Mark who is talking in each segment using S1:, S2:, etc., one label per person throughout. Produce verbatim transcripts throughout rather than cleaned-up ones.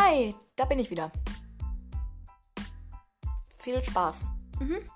S1: Hi, da bin ich wieder. Viel Spaß. Mhm.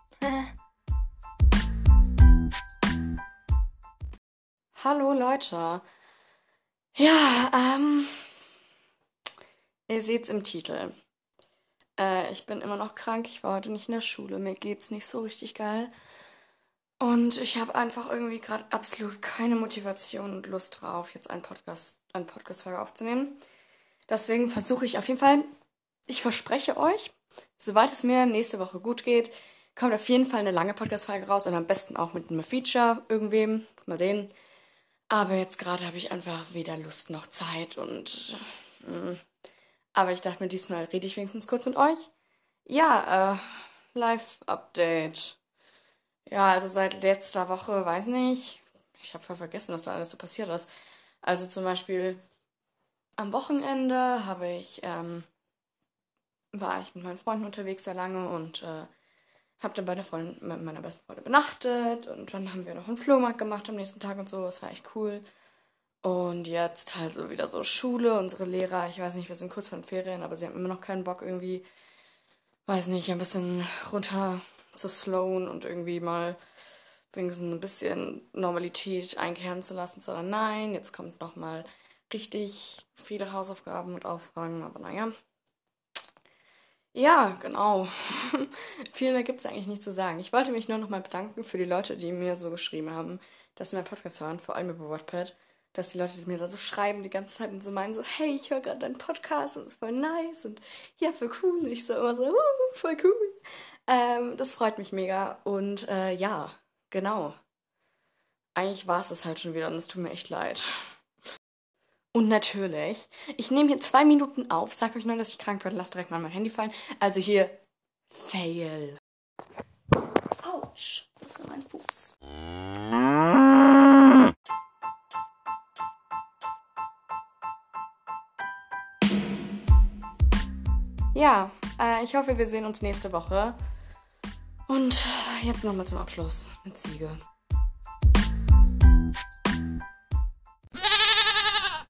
S1: Hallo Leute. Ja, ähm, ihr seht's im Titel. Äh, ich bin immer noch krank, ich war heute nicht in der Schule, mir geht's nicht so richtig geil. Und ich habe einfach irgendwie gerade absolut keine Motivation und Lust drauf, jetzt einen Podcast, eine Podcast-Folge aufzunehmen. Deswegen versuche ich auf jeden Fall, ich verspreche euch, soweit es mir nächste Woche gut geht, kommt auf jeden Fall eine lange Podcast-Folge raus und am besten auch mit einem Feature irgendwem. Mal sehen. Aber jetzt gerade habe ich einfach weder Lust noch Zeit und. mm. Aber ich dachte mir, diesmal rede ich wenigstens kurz mit euch. Ja, äh, Live-Update. Ja, also seit letzter Woche, weiß nicht. Ich habe voll vergessen, was da alles so passiert ist. Also zum Beispiel am Wochenende habe ich, ähm, war ich mit meinen Freunden unterwegs sehr lange und äh, habe dann bei der Freundin, mit meiner besten Freundin übernachtet und dann haben wir noch einen Flohmarkt gemacht am nächsten Tag und so. Das war echt cool. Und jetzt halt so wieder so Schule, unsere Lehrer, ich weiß nicht, wir sind kurz vor den Ferien, aber sie haben immer noch keinen Bock irgendwie, weiß nicht, ein bisschen runter zu slowen und irgendwie mal wenigstens ein bisschen Normalität einkehren zu lassen, sondern nein, jetzt kommt nochmal richtig viele Hausaufgaben und Ausfragen, aber naja. Ja, genau. Viel mehr gibt es eigentlich nicht zu sagen. Ich wollte mich nur nochmal bedanken für die Leute, die mir so geschrieben haben, dass sie meinen Podcast hören, vor allem über Wattpad, dass die Leute, die mir da so schreiben die ganze Zeit und so meinen so, hey, ich höre gerade deinen Podcast und es ist voll nice und ja, voll cool. Und ich so immer so, uh, voll cool. Ähm, das freut mich mega und äh, ja, genau. Eigentlich war es das halt schon wieder und es tut mir echt leid. Und natürlich, ich nehme hier zwei Minuten auf, sag euch nur, dass ich krank bin, lasst direkt mal mein Handy fallen. Also hier, Fail. Autsch, das war mein Fuß. Ja, äh, ich hoffe, wir sehen uns nächste Woche. Und jetzt nochmal zum Abschluss eine Ziege.